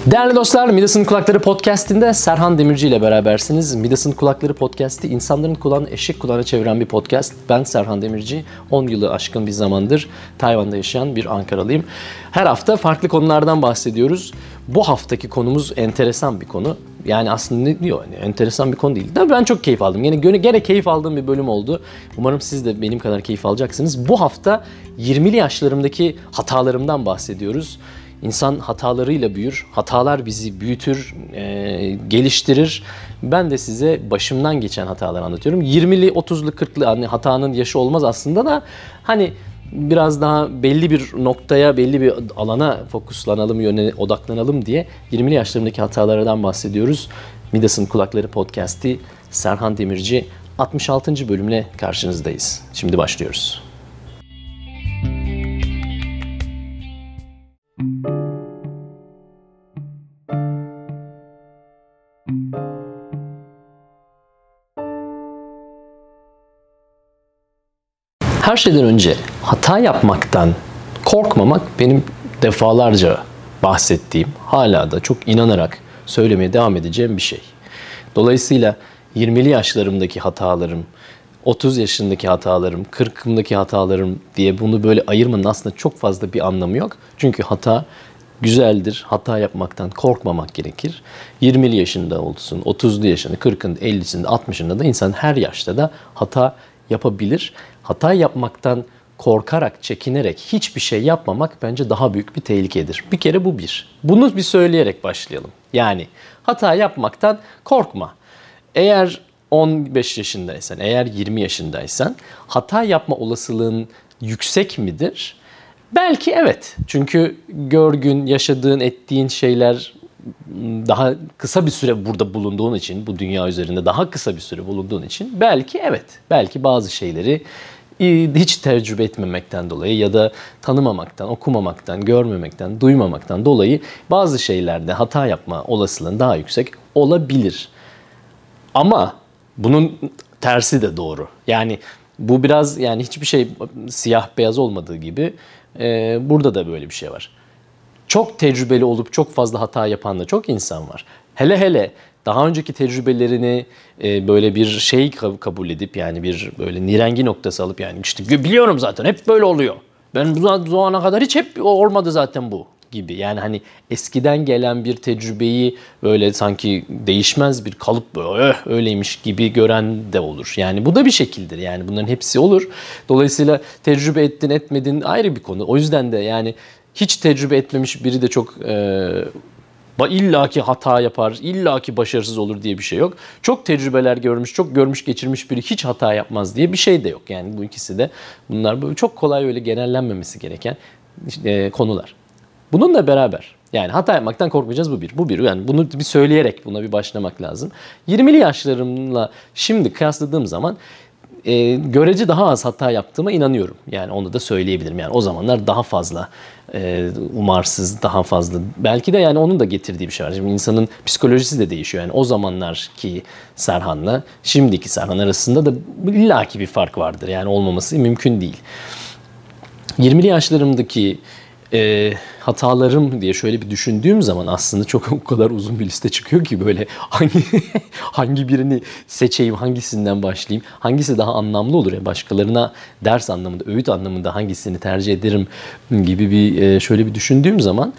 Değerli dostlar, Midas'ın Kulakları Podcast'inde Serhan Demirci ile berabersiniz. Midas'ın Kulakları Podcast'i insanların kulağını eşek kulağına çeviren bir podcast. Ben Serhan Demirci, 10 yılı aşkın bir zamandır Tayvan'da yaşayan bir Ankaralıyım. Her hafta farklı konulardan bahsediyoruz. Bu haftaki konumuz enteresan bir konu. Yani aslında ne diyor? Yani enteresan bir konu değil. Tabii ben çok keyif aldım. Gene keyif aldığım bir bölüm oldu. Umarım siz de benim kadar keyif alacaksınız. Bu hafta 20'li yaşlarımdaki hatalarımdan bahsediyoruz. İnsan hatalarıyla büyür, hatalar bizi büyütür, geliştirir. Ben de size başımdan geçen hataları anlatıyorum. 20'li, 30'lu, 40'lı hani hatanın yaşı olmaz aslında da hani biraz daha belli bir noktaya, belli bir alana fokuslanalım, yöne odaklanalım diye 20'li yaşlarımdaki hatalardan bahsediyoruz. Midas'ın Kulakları Podcast'i Serhan Demirci 66. bölümle karşınızdayız. Şimdi başlıyoruz. Her şeyden önce hata yapmaktan korkmamak benim defalarca bahsettiğim, hala da çok inanarak söylemeye devam edeceğim bir şey. Dolayısıyla 20'li yaşlarımdaki hatalarım, 30 yaşındaki hatalarım, 40'ımdaki hatalarım diye bunu böyle ayırmanın aslında çok fazla bir anlamı yok. Çünkü hata güzeldir. Hata yapmaktan korkmamak gerekir. 20'li yaşında olsun, 30'lu yaşında, 40'ında, 50'sinde, 60'ında da insan her yaşta da hata yapabilir. Hata yapmaktan korkarak, çekinerek hiçbir şey yapmamak bence daha büyük bir tehlikedir. Bir kere bu bir. Bunu bir söyleyerek başlayalım. Yani hata yapmaktan korkma. Eğer 15 yaşındaysan, eğer 20 yaşındaysan hata yapma olasılığın yüksek midir? Belki evet. Çünkü görgün, yaşadığın, ettiğin şeyler daha kısa bir süre burada bulunduğun için, bu dünya üzerinde daha kısa bir süre bulunduğun için belki evet. Belki bazı şeyleri hiç tecrübe etmemekten dolayı ya da tanımamaktan, okumamaktan, görmemekten, duymamaktan dolayı bazı şeylerde hata yapma olasılığın daha yüksek olabilir. Ama bunun tersi de doğru. Yani bu biraz yani hiçbir şey siyah beyaz olmadığı gibi burada da böyle bir şey var. Çok tecrübeli olup çok fazla hata yapan da çok insan var. Hele daha önceki tecrübelerini böyle bir şey kabul edip yani bir böyle nirengi noktası alıp yani işte biliyorum zaten hep böyle oluyor. Ben bu zamana kadar hiç hep olmadı zaten bu gibi. Yani hani eskiden gelen bir tecrübeyi böyle sanki değişmez bir kalıp böyle öyleymiş gibi gören de olur. Yani bu da bir şekildir. Yani bunların hepsi olur. Dolayısıyla tecrübe ettin etmedin ayrı bir konu. O yüzden de yani hiç tecrübe etmemiş biri de çok illaki hata yapar, illaki başarısız olur diye bir şey yok. Çok tecrübeler görmüş, çok görmüş geçirmiş biri hiç hata yapmaz diye bir şey de yok. Yani bu ikisi de bunlar böyle çok kolay öyle genellenmemesi gereken konular. Bununla beraber yani hata yapmaktan korkmayacağız bu bir. Bu bir. Yani bunu bir söyleyerek buna bir başlamak lazım. 20'li yaşlarımla şimdi kıyasladığım zaman görece daha az hata yaptığıma inanıyorum. Yani onu da söyleyebilirim. Yani o zamanlar daha fazla umarsız, daha fazla belki de yani onun da getirdiği bir şey var. Şimdi insanın psikolojisi de değişiyor. Yani o zamanlarki Serhan'la şimdiki Serhan arasında da illaki bir fark vardır. Yani olmaması mümkün değil. 20'li yaşlarımdaki hatalarım diye şöyle bir düşündüğüm zaman aslında çok o kadar uzun bir liste çıkıyor ki böyle hangi birini seçeyim, hangisinden başlayayım, hangisi daha anlamlı olur ya başkalarına ders anlamında, öğüt anlamında hangisini tercih ederim gibi bir şöyle bir düşündüğüm zaman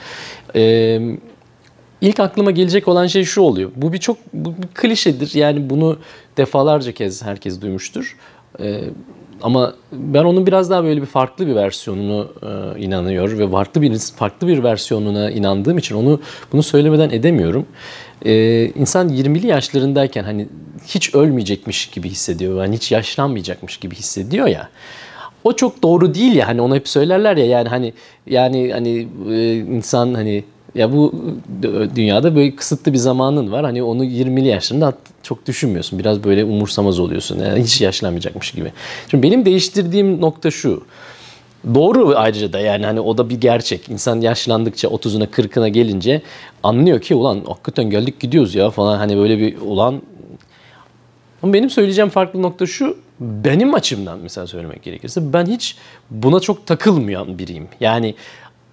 ilk aklıma gelecek olan şey şu oluyor. Bu bir klişedir. Yani bunu defalarca kez herkes duymuştur. Ama ben onun biraz daha böyle bir farklı bir versiyonunu inanıyor ve farklı bir versiyonuna inandığım için bunu söylemeden edemiyorum. İnsan 20'li yaşlarındayken hani hiç ölmeyecekmiş gibi hissediyor, yani hiç yaşlanmayacakmış gibi hissediyor ya. O çok doğru değil ya, hani onu hep söylerler ya, yani hani insan hani ya bu dünyada böyle kısıtlı bir zamanın var. Hani onu 20'li yaşlarında çok düşünmüyorsun. Biraz böyle umursamaz oluyorsun. Yani hiç yaşlanmayacakmış gibi. Şimdi benim değiştirdiğim nokta şu. Doğru ayrıca da yani hani o da bir gerçek. İnsan yaşlandıkça 30'una 40'ına gelince anlıyor ki ulan hakikaten geldik gidiyoruz ya falan, hani böyle bir ulan. Ama benim söyleyeceğim farklı nokta şu. Benim açımdan mesela söylemek gerekirse ben hiç buna çok takılmayan biriyim. Yani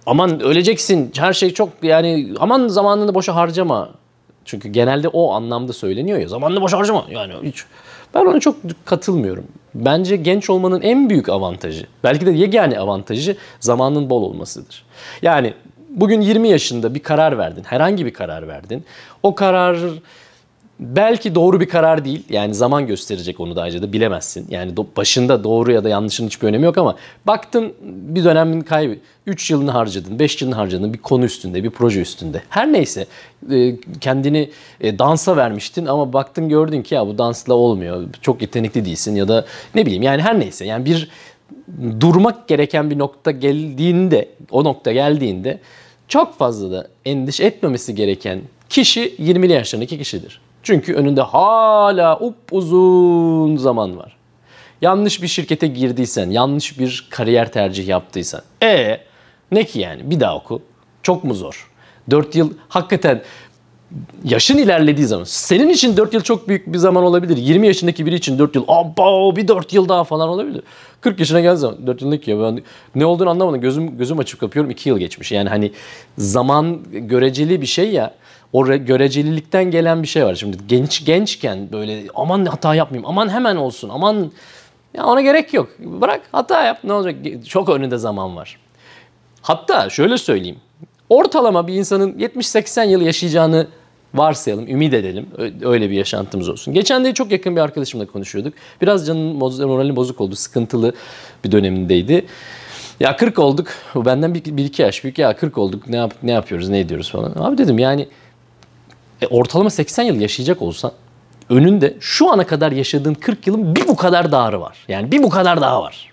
aman öleceksin, her şey çok yani aman zamanını boşa harcama. Çünkü genelde o anlamda söyleniyor ya, zamanını boşa harcama. Yani hiç, ben ona çok katılmıyorum. Bence genç olmanın en büyük avantajı, belki de yegane avantajı zamanın bol olmasıdır. Yani bugün 20 yaşında bir karar verdin, herhangi bir karar verdin. O karar belki doğru bir karar değil. Yani zaman gösterecek, onu da ayrıca da bilemezsin. Yani başında doğru ya da yanlışın hiçbir önemi yok ama baktın bir dönemin kaybı. 3 yılını harcadın, 5 yılını harcadın bir konu üstünde, bir proje üstünde. Her neyse kendini dansa vermiştin ama baktın gördün ki ya bu dansla olmuyor. Çok yetenekli değilsin ya da ne bileyim yani her neyse. Yani bir durmak gereken bir nokta geldiğinde, o nokta geldiğinde çok fazla da endişe etmemesi gereken kişi 20'li yaşlarındaki kişidir. Çünkü önünde hala upuzun zaman var. Yanlış bir şirkete girdiysen, yanlış bir kariyer tercih yaptıysan. Ne ki yani? Bir daha oku. Çok mu zor? 4 yıl hakikaten yaşın ilerlediği zaman. Senin için 4 yıl çok büyük bir zaman olabilir. 20 yaşındaki biri için 4 yıl. Abba bir 4 yıl daha falan olabilir. 40 yaşına geldiği zaman 4 yıl ne ki ya? Ben ne olduğunu anlamadım. Gözüm açıp kapıyorum 2 yıl geçmiş. Yani hani zaman göreceli bir şey ya. O görecelilikten gelen bir şey var. Şimdi gençken böyle aman hata yapmayayım, aman hemen olsun, aman ya ona gerek yok. Bırak hata yap, ne olacak? Çok önünde zaman var. Hatta şöyle söyleyeyim. Ortalama bir insanın 70-80 yıl yaşayacağını varsayalım, ümit edelim. Öyle bir yaşantımız olsun. Geçen de çok yakın bir arkadaşımla konuşuyorduk. Biraz morali bozuk oldu, sıkıntılı bir dönemindeydi. Ya 40 olduk, o benden bir iki yaş büyük. Ya 40 olduk, ne yapıyoruz, ne ediyoruz falan. Abi dedim yani ortalama 80 yıl yaşayacak olsan önünde şu ana kadar yaşadığın 40 yılın bir bu kadar daha var. Yani bir bu kadar daha var.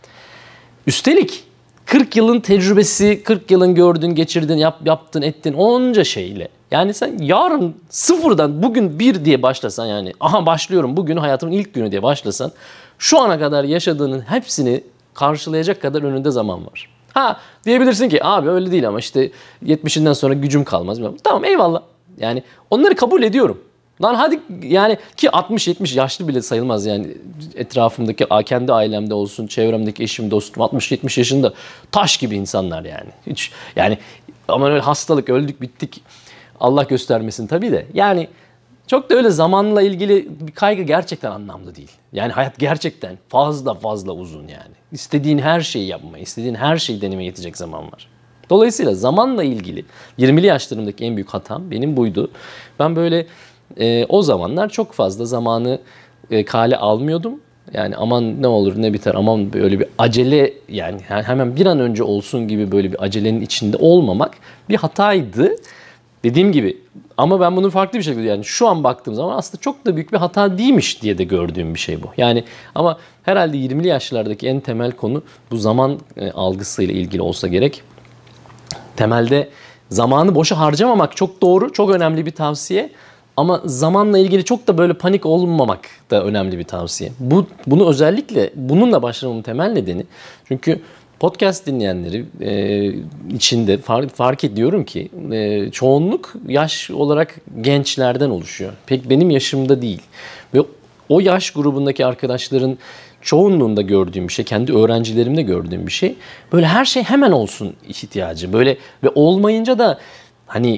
Üstelik 40 yılın tecrübesi, 40 yılın gördün, geçirdin, yaptın, ettin onca şeyle. Yani sen yarın sıfırdan bugün bir diye başlasan, yani aha başlıyorum bugün hayatımın ilk günü diye başlasan, şu ana kadar yaşadığının hepsini karşılayacak kadar önünde zaman var. Ha diyebilirsin ki abi öyle değil ama işte 70'inden sonra gücüm kalmaz. Tamam eyvallah. Yani onları kabul ediyorum. Lan hadi yani ki 60-70 yaşlı bile sayılmaz yani etrafımdaki kendi ailemde olsun, çevremdeki eşim, dostum 60-70 yaşında taş gibi insanlar yani. Hiç yani aman öyle hastalık, öldük, bittik. Allah göstermesin tabii de. Yani çok da öyle zamanla ilgili bir kaygı gerçekten anlamlı değil. Yani hayat gerçekten fazla uzun yani. İstediğin her şeyi yapmaya, istediğin her şeyi denemeye yetecek zaman var. Dolayısıyla zamanla ilgili 20'li yaşlarımdaki en büyük hatam benim buydu. Ben böyle o zamanlar çok fazla zamanı kale almıyordum. Yani aman ne olur ne biter, aman böyle bir acele, yani hemen bir an önce olsun gibi böyle bir acelenin içinde olmamak bir hataydı. Dediğim gibi ama ben bunu farklı bir şekilde, yani şu an baktığım zaman aslında çok da büyük bir hata değilmiş diye de gördüğüm bir şey bu. Yani ama herhalde 20'li yaşlardaki en temel konu bu zaman algısıyla ilgili olsa gerek. Temelde zamanı boşa harcamamak çok doğru, çok önemli bir tavsiye. Ama zamanla ilgili çok da böyle panik olmamak da önemli bir tavsiye. Bunu özellikle bununla başlamamın temel nedeni, çünkü podcast dinleyenleri içinde fark ediyorum ki çoğunluk yaş olarak gençlerden oluşuyor. Pek benim yaşımda değil. Ve o yaş grubundaki arkadaşların çoğunluğunda gördüğüm bir şey, kendi öğrencilerimde gördüğüm bir şey. Böyle her şey hemen olsun ihtiyacı. Böyle ve olmayınca da hani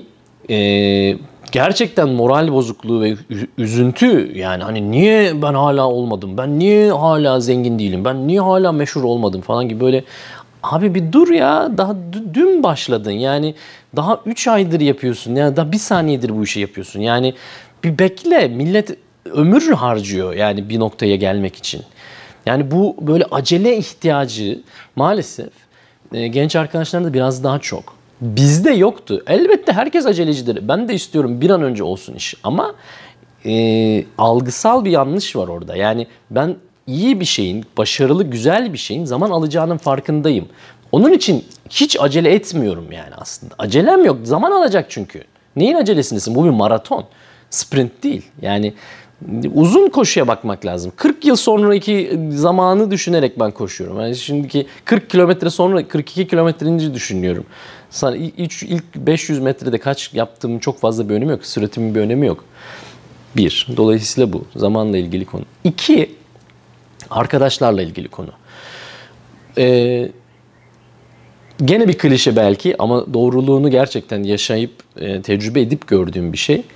gerçekten moral bozukluğu ve üzüntü, yani hani niye ben hala olmadım, ben niye hala zengin değilim, ben niye hala meşhur olmadım falan gibi böyle. Abi bir dur ya, daha dün başladın yani, daha 3 aydır yapıyorsun ya, daha bir saniyedir bu işi yapıyorsun yani, bir bekle, millet ömür harcıyor yani bir noktaya gelmek için. Yani bu böyle acele ihtiyacı maalesef genç arkadaşlarımda biraz daha çok. Bizde yoktu. Elbette herkes acelecidir. Ben de istiyorum bir an önce olsun iş. Ama algısal bir yanlış var orada. Yani ben iyi bir şeyin, başarılı, güzel bir şeyin zaman alacağının farkındayım. Onun için hiç acele etmiyorum yani aslında. Acelem yok. Zaman alacak çünkü. Neyin acelesindesin? Bu bir maraton. Sprint değil. Yani uzun koşuya bakmak lazım. 40 yıl sonraki zamanı düşünerek ben koşuyorum. Yani şimdiki 40 kilometre sonra 42 kilometrenici düşünüyorum. Sana ilk 500 metrede kaç yaptığımın çok fazla bir önemi yok. Süratimin bir önemi yok. Bir. Dolayısıyla bu. Zamanla ilgili konu. İki. Arkadaşlarla ilgili konu. Gene bir klişe belki ama doğruluğunu gerçekten yaşayıp tecrübe edip gördüğüm bir şey.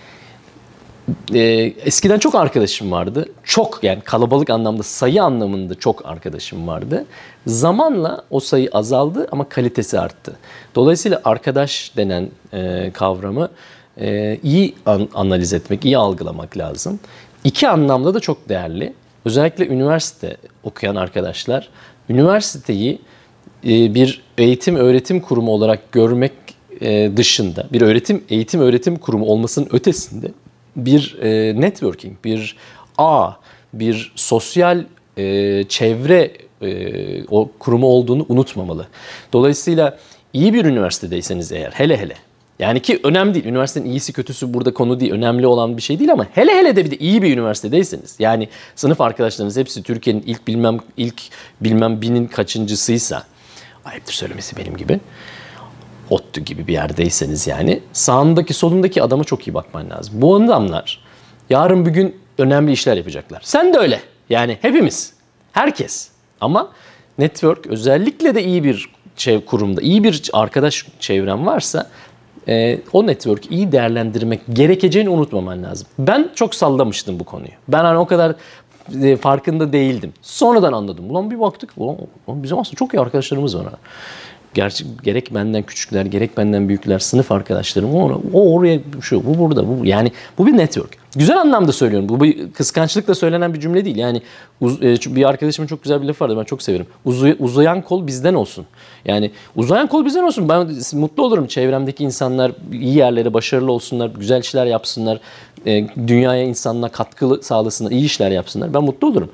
Eskiden çok arkadaşım vardı. Çok, yani kalabalık anlamda, sayı anlamında çok arkadaşım vardı. Zamanla o sayı azaldı ama kalitesi arttı. Dolayısıyla arkadaş denen kavramı iyi analiz etmek, iyi algılamak lazım. İki anlamda da çok değerli. Özellikle üniversite okuyan arkadaşlar, üniversiteyi bir eğitim öğretim kurumu olarak görmek dışında, bir eğitim öğretim kurumu olmasının ötesinde bir networking, bir ağ, bir sosyal çevre o kurumu olduğunu unutmamalı. Dolayısıyla iyi bir üniversitedeyseniz eğer, hele yani ki önemli değil. Üniversitenin iyisi kötüsü burada konu değil. Önemli olan bir şey değil ama hele de bir de iyi bir üniversitedeyseniz. Yani sınıf arkadaşlarınız hepsi Türkiye'nin ilk bilmem binin kaçıncısıysa, ayıptır söylemesi benim gibi, ODTÜ gibi bir yerdeyseniz yani sağındaki solundaki adama çok iyi bakman lazım. Bu adamlar yarın bir gün önemli işler yapacaklar. Sen de öyle. Yani hepimiz. Herkes. Ama network özellikle de iyi bir kurumda, iyi bir arkadaş çevren varsa o network iyi değerlendirmek gerekeceğini unutmaman lazım. Ben çok sallamıştım bu konuyu. Ben hani o kadar farkında değildim. Sonradan anladım. Ulan bir baktık. Ulan bizim aslında çok iyi arkadaşlarımız var. Gerek benden küçükler, gerek benden büyükler, sınıf arkadaşlarım, o oraya, bu burada, bu yani bu bir network. Güzel anlamda söylüyorum. Bu bir kıskançlıkla söylenen bir cümle değil. Yani bir arkadaşımın çok güzel bir lafı vardı. Ben çok severim. Uzayan kol bizden olsun. Yani uzayan kol bizden olsun. Ben mutlu olurum. Çevremdeki insanlar iyi yerlere, başarılı olsunlar, güzel işler yapsınlar, dünyaya, insanlığa katkı sağlasınlar, iyi işler yapsınlar. Ben mutlu olurum.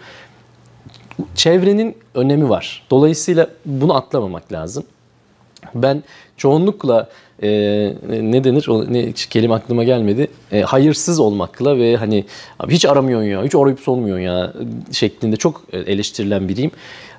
Çevrenin önemi var. Dolayısıyla bunu atlamamak lazım. Ben çoğunlukla ne denir, kelime aklıma gelmedi, hayırsız olmakla ve hani abi hiç aramıyorsun ya, hiç arayıp sormuyorsun ya şeklinde çok eleştirilen biriyim.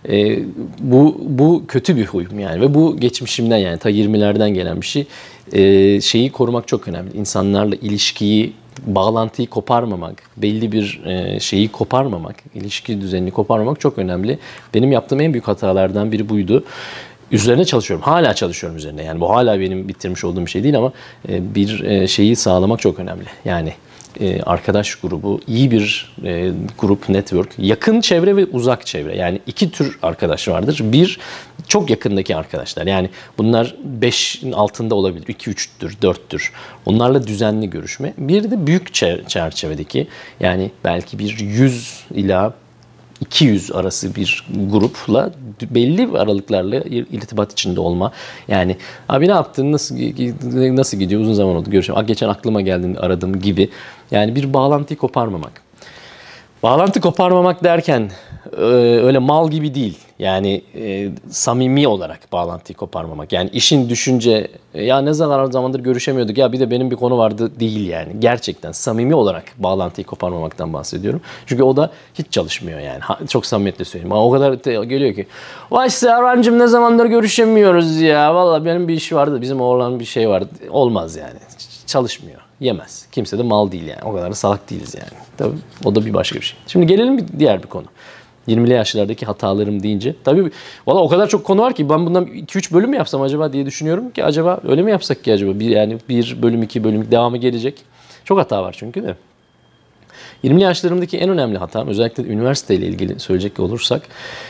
Bu kötü bir huyum yani ve bu geçmişimden, yani ta 20'lerden gelen bir şey. Şeyi korumak çok önemli. İnsanlarla ilişkiyi, bağlantıyı koparmamak, belli bir şeyi koparmamak, ilişki düzenini koparmamak çok önemli. Benim yaptığım en büyük hatalardan biri buydu. Üzerine çalışıyorum. Hala çalışıyorum üzerine. Yani bu hala benim bitirmiş olduğum bir şey değil ama bir şeyi sağlamak çok önemli. Yani arkadaş grubu, iyi bir grup, network, yakın çevre ve uzak çevre. Yani iki tür arkadaş vardır. Bir, çok yakındaki arkadaşlar. Yani bunlar 5'in altında olabilir. 2-3'tür, 4'tür. Onlarla düzenli görüşme. Bir de büyük çerçevedeki, yani belki bir 100 ila 200 arası bir grupla belli aralıklarla irtibat içinde olma. Yani abi ne yaptın, nasıl gidiyor, uzun zaman oldu görüşelim, geçen aklıma geldin aradım gibi. Yani bir bağlantıyı koparmamak. Bağlantı koparmamak derken öyle mal gibi değil. Yani samimi olarak bağlantıyı koparmamak. Yani işin düşünce ya ne zamandır görüşemiyorduk ya bir de benim bir konu vardı değil yani. Gerçekten samimi olarak bağlantıyı koparmamaktan bahsediyorum. Çünkü o da hiç çalışmıyor yani. Çok samimiyetle söyleyeyim. O kadar geliyor ki vay Serhan'cığım ne zamandır görüşemiyoruz ya. Vallahi benim bir iş vardı. Bizim oğlan bir şey vardı. Olmaz yani. Çalışmıyor. Yemez. Kimse de mal değil yani. O kadar da salak değiliz yani. Tabii o da bir başka bir şey. Şimdi gelelim diğer bir konu. 20'li yaşlardaki hatalarım deyince. Tabii valla o kadar çok konu var ki ben bundan 2-3 bölüm mü yapsam acaba diye düşünüyorum ki acaba öyle mi yapsak ki acaba? Yani bir bölüm, 2 bölüm devamı gelecek. Çok hata var çünkü de. 20'li yaşlarımdaki en önemli hatam, özellikle üniversiteyle ilgili söyleyecek olursak,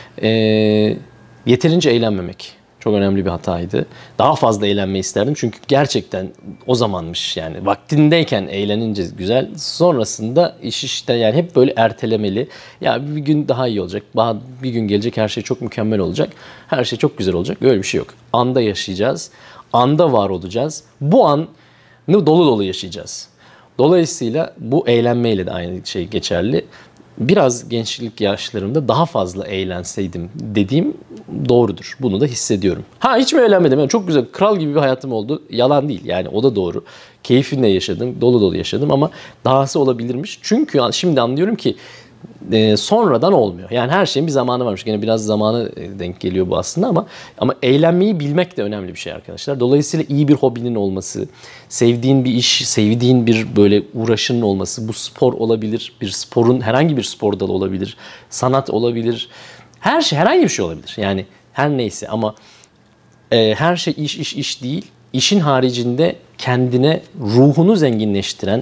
yeterince eğlenmemek. Çok önemli bir hataydı. Daha fazla eğlenmeyi isterdim çünkü gerçekten o zamanmış yani. Vaktindeyken eğlenince güzel. Sonrasında iş işte yani hep böyle ertelemeli. Ya bir gün daha iyi olacak. Bir gün gelecek, her şey çok mükemmel olacak. Her şey çok güzel olacak. Öyle bir şey yok. Anda yaşayacağız. Anda var olacağız. Bu anı dolu dolu yaşayacağız. Dolayısıyla bu eğlenmeyle de aynı şey geçerli. Biraz gençlik yaşlarımda daha fazla eğlenseydim dediğim doğrudur. Bunu da hissediyorum. Hiç mi eğlenmedim? Yani çok güzel, kral gibi bir hayatım oldu. Yalan değil yani, o da doğru. Keyfinle yaşadım, dolu dolu yaşadım ama dahası olabilirmiş. Çünkü şimdi anlıyorum ki sonradan olmuyor. Yani her şeyin bir zamanı varmış. Yine biraz zamanı denk geliyor bu aslında ama eğlenmeyi bilmek de önemli bir şey arkadaşlar. Dolayısıyla iyi bir hobinin olması, sevdiğin bir iş, sevdiğin bir böyle uğraşının olması, bu spor olabilir, bir sporun herhangi bir spor dalı olabilir, sanat olabilir, her şey, herhangi bir şey olabilir. Yani her neyse ama Her şey iş değil. İşin haricinde kendine ruhunu zenginleştiren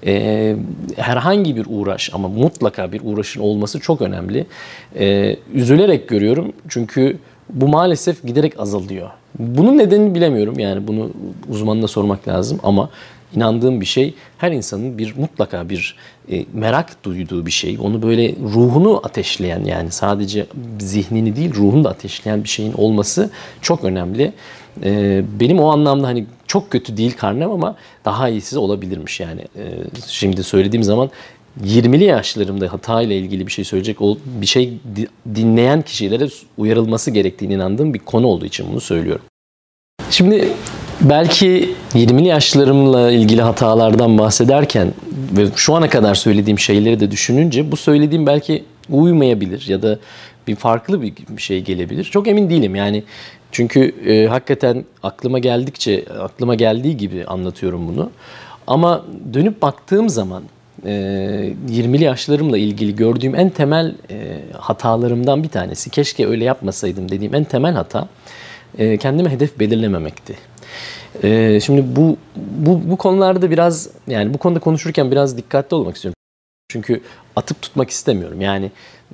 herhangi bir uğraş, ama mutlaka bir uğraşın olması çok önemli. Üzülerek görüyorum çünkü bu maalesef giderek azalıyor. Bunun nedenini bilemiyorum, yani bunu uzmanına sormak lazım, ama inandığım bir şey, her insanın mutlaka bir merak duyduğu bir şey. Onu böyle ruhunu ateşleyen, yani sadece zihnini değil ruhunu da ateşleyen bir şeyin olması çok önemli. Benim o anlamda hani çok kötü değil karnem, ama daha iyisi olabilirmiş yani. Şimdi söylediğim zaman 20'li yaşlarımda hata ile ilgili bir şey söyleyecek, bir şey dinleyen kişilere uyarılması gerektiğine inandığım bir konu olduğu için bunu söylüyorum. Şimdi belki 20'li yaşlarımla ilgili hatalardan bahsederken ve şu ana kadar söylediğim şeyleri de düşününce bu söylediğim belki uymayabilir ya da bir farklı bir şey gelebilir. Çok emin değilim yani. Çünkü hakikaten aklıma geldiği gibi anlatıyorum bunu. Ama dönüp baktığım zaman 20'li yaşlarımla ilgili gördüğüm en temel hatalarımdan bir tanesi, keşke öyle yapmasaydım dediğim en temel hata, kendime hedef belirlememekti. Şimdi bu konularda biraz, yani bu konuda konuşurken biraz dikkatli olmak istiyorum. Çünkü atıp tutmak istemiyorum. Yani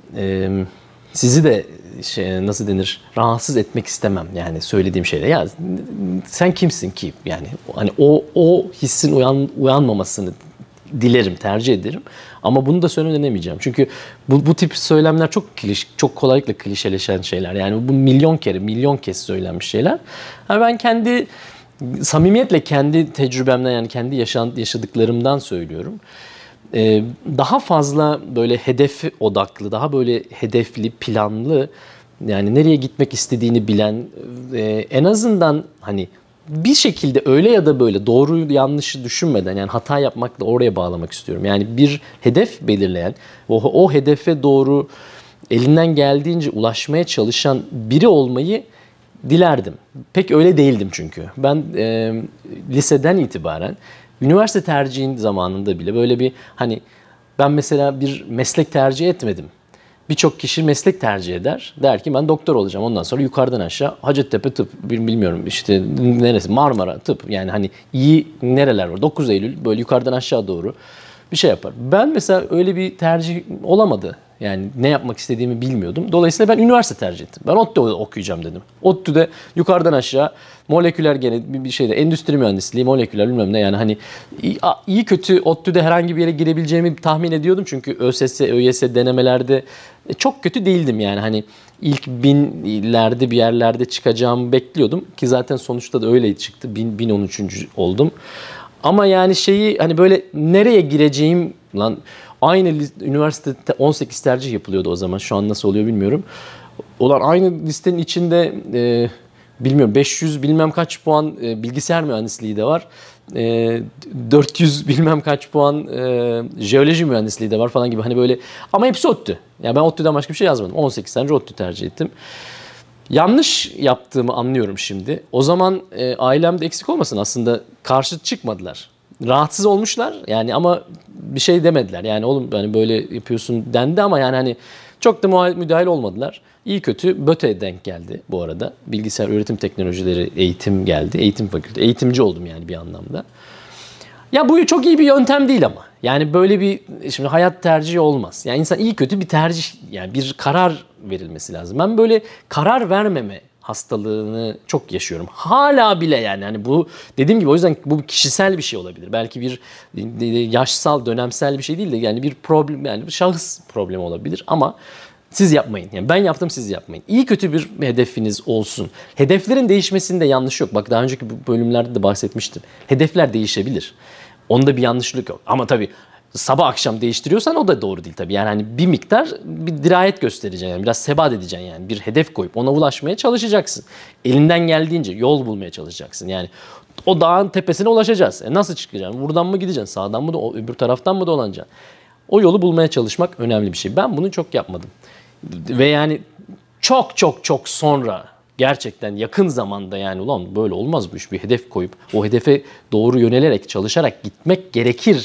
sizi de nasıl denir, rahatsız etmek istemem yani söylediğim şeyle. Ya sen kimsin ki? Yani hani o hissin uyanmamasını dilerim, tercih ederim. Ama bunu da söylemeyeceğim. Çünkü bu tip söylemler çok kolaylıkla klişeleşen şeyler. Yani bu milyon kez söylenmiş şeyler. Yani ben kendi samimiyetle kendi tecrübemden, yani kendi yaşadıklarımdan söylüyorum. Daha fazla böyle hedef odaklı, daha böyle hedefli, planlı, yani nereye gitmek istediğini bilen, en azından hani bir şekilde öyle ya da böyle doğruyu yanlışı düşünmeden, yani hata yapmakla oraya bağlamak istiyorum. Yani bir hedef belirleyen, o hedefe doğru elinden geldiğince ulaşmaya çalışan biri olmayı dilerdim. Pek öyle değildim çünkü. Ben liseden itibaren, üniversite tercihin zamanında bile böyle bir, hani ben mesela bir meslek tercih etmedim. Birçok kişi meslek tercih eder. Der ki ben doktor olacağım. Ondan sonra yukarıdan aşağı Hacettepe tıp, bilmiyorum işte neresi, Marmara tıp. Yani hani iyi nereler var? 9 Eylül böyle yukarıdan aşağı doğru bir şey yapar. Ben mesela öyle bir tercih olamadı. Yani ne yapmak istediğimi bilmiyordum. Dolayısıyla ben üniversite tercih ettim. Ben ODTÜ'de okuyacağım dedim. ODTÜ'de yukarıdan aşağı moleküler bir şeyde endüstri mühendisliği, moleküler bilmem ne, yani hani iyi kötü ODTÜ'de herhangi bir yere girebileceğimi tahmin ediyordum. Çünkü ÖSS, ÖYS denemelerde çok kötü değildim yani, hani ilk 1000'lerde bir yerlerde çıkacağımı bekliyordum ki zaten sonuçta da öyle çıktı. 1013. oldum. Ama yani hani böyle nereye gireceğim lan, aynı üniversitede 18 tercih yapılıyordu o zaman. Şu an nasıl oluyor bilmiyorum. Olan aynı listenin içinde bilmiyorum 500 bilmem kaç puan bilgisayar mühendisliği de var. 400 bilmem kaç puan jeoloji mühendisliği de var falan gibi, hani böyle, ama hepsi ODTÜ. Yani ben ODTÜ'den başka bir şey yazmadım. 18 tane ODTÜ tercih ettim. Yanlış yaptığımı anlıyorum şimdi. O zaman ailemde eksik olmasın, aslında karşı çıkmadılar. Rahatsız olmuşlar yani, ama bir şey demediler. Yani oğlum hani böyle yapıyorsun dendi, ama yani hani çok da müdahil olmadılar. İyi kötü BÖT'e denk geldi bu arada. Bilgisayar Öğretim Teknolojileri eğitim geldi. Eğitim fakültesi. Eğitimci oldum yani bir anlamda. Ya bu çok iyi bir yöntem değil ama. Yani böyle bir, şimdi hayat tercihi olmaz. Yani insan iyi kötü bir tercih, yani bir karar verilmesi lazım. Ben böyle karar vermeme hastalığını çok yaşıyorum. Hala bile yani hani bu, dediğim gibi, o yüzden bu kişisel bir şey olabilir. Belki bir yaşsal, dönemsel bir şey değil de yani bir problem, yani bir şahıs problemi olabilir, ama siz yapmayın. Yani ben yaptım, siz yapmayın. İyi kötü bir hedefiniz olsun. Hedeflerin değişmesinde yanlış yok. Bak daha önceki bölümlerde de bahsetmiştim. Hedefler değişebilir. Onda bir yanlışlık yok. Ama tabii sabah akşam değiştiriyorsan o da doğru değil tabii. Yani hani bir miktar bir dirayet göstereceksin, yani biraz sebat edeceksin, yani bir hedef koyup ona ulaşmaya çalışacaksın. Elinden geldiğince yol bulmaya çalışacaksın. Yani o dağın tepesine ulaşacağız. Nasıl çıkacaksın? Buradan mı gideceksin? Sağdan mı, öbür taraftan mı dolanacaksın? O yolu bulmaya çalışmak önemli bir şey. Ben bunu çok yapmadım. Ve yani çok sonra, gerçekten yakın zamanda, yani ulan böyle olmaz bu iş, bir hedef koyup o hedefe doğru yönelerek, çalışarak gitmek gerekir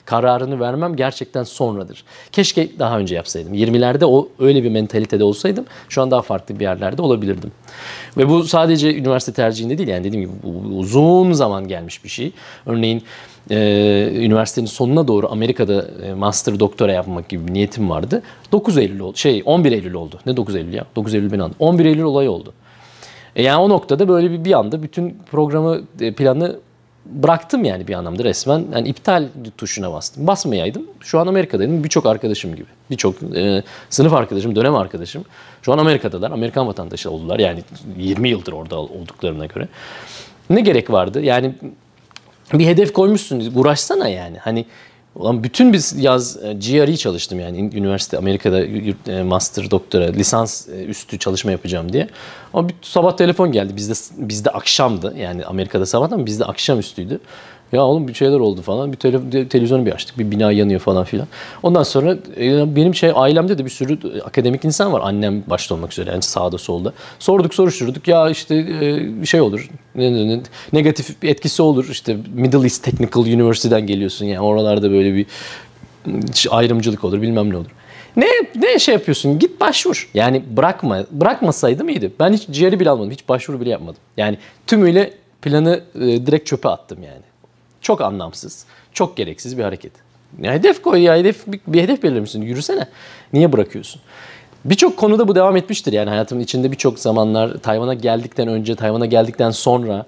kararını vermem gerçekten sonradır. Keşke daha önce yapsaydım. 20'lerde öyle bir mentalitede olsaydım şu an daha farklı bir yerlerde olabilirdim. Ve bu sadece üniversite tercihinde değil, yani dediğim gibi bu uzun zaman gelmiş bir şey. Örneğin üniversitenin sonuna doğru Amerika'da master doktora yapmak gibi bir niyetim vardı. 9 Eylül oldu. 11 Eylül oldu. Ne 9 Eylül ya? 9 Eylül beni anladım. 11 Eylül olayı oldu. Yani o noktada böyle bir anda bütün programı, planı bıraktım yani bir anlamda resmen. Yani iptal tuşuna bastım. Basmayaydım. Şu an Amerika'daydım. Birçok arkadaşım gibi. Birçok sınıf arkadaşım, dönem arkadaşım. Şu an Amerika'dalar. Amerikan vatandaşı oldular. Yani 20 yıldır orada olduklarına göre. Ne gerek vardı? Yani bir hedef koymuşsun. Uğraşsana yani. Hani ulan bütün biz yaz GRE çalıştım yani üniversite Amerika'da master doktora lisans üstü çalışma yapacağım diye. Ama bir sabah telefon geldi. Bizde akşamdı. Yani Amerika'da sabah ama bizde akşam üstüydü. Ya oğlum bir şeyler oldu falan. Bir televizyonu bir açtık. Bir bina yanıyor falan filan. Ondan sonra benim ailemde de bir sürü akademik insan var. Annem başta olmak üzere yani sağda solda. Sorduk soruşturduk. Ya işte bir şey olur. Negatif bir etkisi olur. İşte Middle East Technical University'den geliyorsun. Yani oralarda böyle bir ayrımcılık olur. Bilmem ne olur. Ne şey yapıyorsun? Git başvur. Yani bırakmasaydım iyiydi. Ben hiç ciğeri bile almadım. Hiç başvuru bile yapmadım. Yani tümüyle planı direkt çöpe attım yani. Çok anlamsız, çok gereksiz bir hareket. Ya hedef koy ya, bir hedef belirlemişsin, yürüsene. Niye bırakıyorsun? Birçok konuda bu devam etmiştir yani hayatımın içinde birçok zamanlar Tayvan'a geldikten önce, Tayvan'a geldikten sonra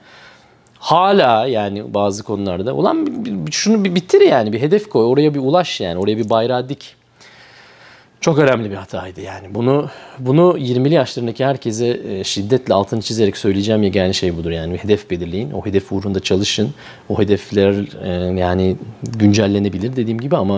hala yani bazı konularda ulan şunu bir bitir yani bir hedef koy, oraya bir ulaş yani, oraya bir bayrağı dik. Çok önemli bir hataydı yani. Bunu 20'li yaşlarındaki herkese şiddetle altını çizerek söyleyeceğim yegane şey budur yani. Bir hedef belirleyin. O hedef uğrunda çalışın. O hedefler yani güncellenebilir dediğim gibi ama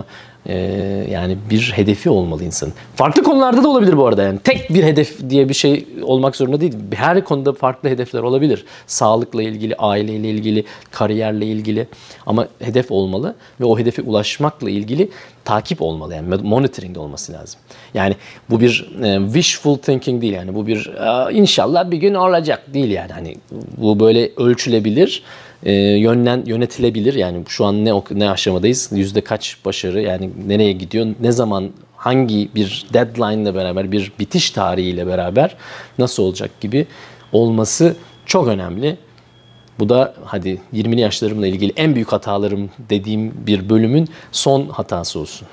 yani bir hedefi olmalı insanın. Farklı konularda da olabilir bu arada yani. Tek bir hedef diye bir şey olmak zorunda değil. Her konuda farklı hedefler olabilir. Sağlıkla ilgili, aileyle ilgili, kariyerle ilgili ama hedef olmalı ve o hedefe ulaşmakla ilgili takip olmalı yani monitoring de olması lazım. Yani bu bir wishful thinking değil yani bu bir inşallah bir gün olacak değil yani hani bu böyle ölçülebilir, yönetilebilir yani şu an ne aşamadayız, yüzde kaç başarı yani nereye gidiyor, ne zaman hangi bir deadline ile beraber bir bitiş tarihiyle beraber nasıl olacak gibi olması çok önemli. Bu da hadi 20'li yaşlarımla ilgili en büyük hatalarım dediğim bir bölümün son hatası olsun.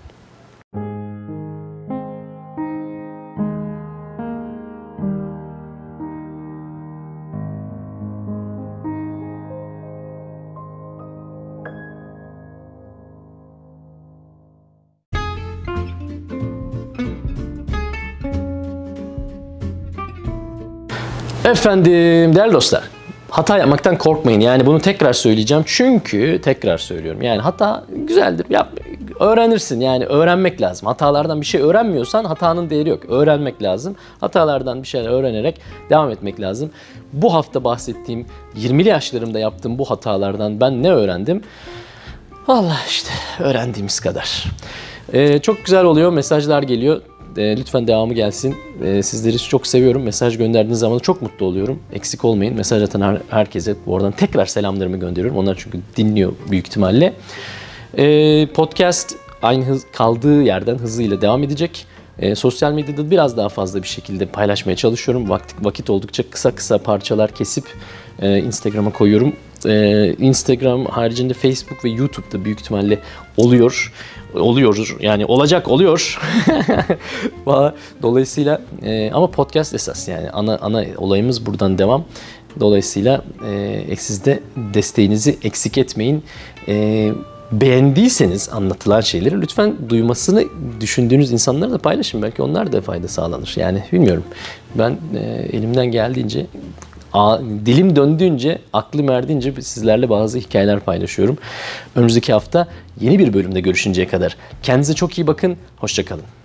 Efendim, değerli dostlar. Hata yapmaktan korkmayın. Yani bunu tekrar söyleyeceğim. Çünkü tekrar söylüyorum. Yani hata güzeldir. Öğrenirsin. Yani öğrenmek lazım. Hatalardan bir şey öğrenmiyorsan hatanın değeri yok. Öğrenmek lazım. Hatalardan bir şeyler öğrenerek devam etmek lazım. Bu hafta bahsettiğim 20'li yaşlarımda yaptığım bu hatalardan ben ne öğrendim? Vallahi işte öğrendiğimiz kadar. Çok güzel oluyor. Mesajlar geliyor. Lütfen devamı gelsin. Sizleri çok seviyorum. Mesaj gönderdiğiniz zaman çok mutlu oluyorum. Eksik olmayın. Mesaj atan herkese oradan tekrar selamlarımı gönderiyorum. Onlar çünkü dinliyor büyük ihtimalle. Podcast aynı kaldığı yerden hızıyla devam edecek. Sosyal medyada biraz daha fazla bir şekilde paylaşmaya çalışıyorum. Vakit oldukça kısa parçalar kesip Instagram'a koyuyorum. Instagram haricinde Facebook ve YouTube'da büyük ihtimalle oluyor yani oluyor. Dolayısıyla ama podcast esas yani ana olayımız buradan devam. Dolayısıyla siz de desteğinizi eksik etmeyin. Beğendiyseniz anlatılan şeyleri lütfen duymasını düşündüğünüz insanlarla da paylaşın. Belki onlar da fayda sağlanır. Yani bilmiyorum. Ben elimden geldiğince, dilim döndüğünce, aklım erdiğince sizlerle bazı hikayeler paylaşıyorum. Önümüzdeki hafta yeni bir bölümde görüşünceye kadar kendinize çok iyi bakın. Hoşça kalın.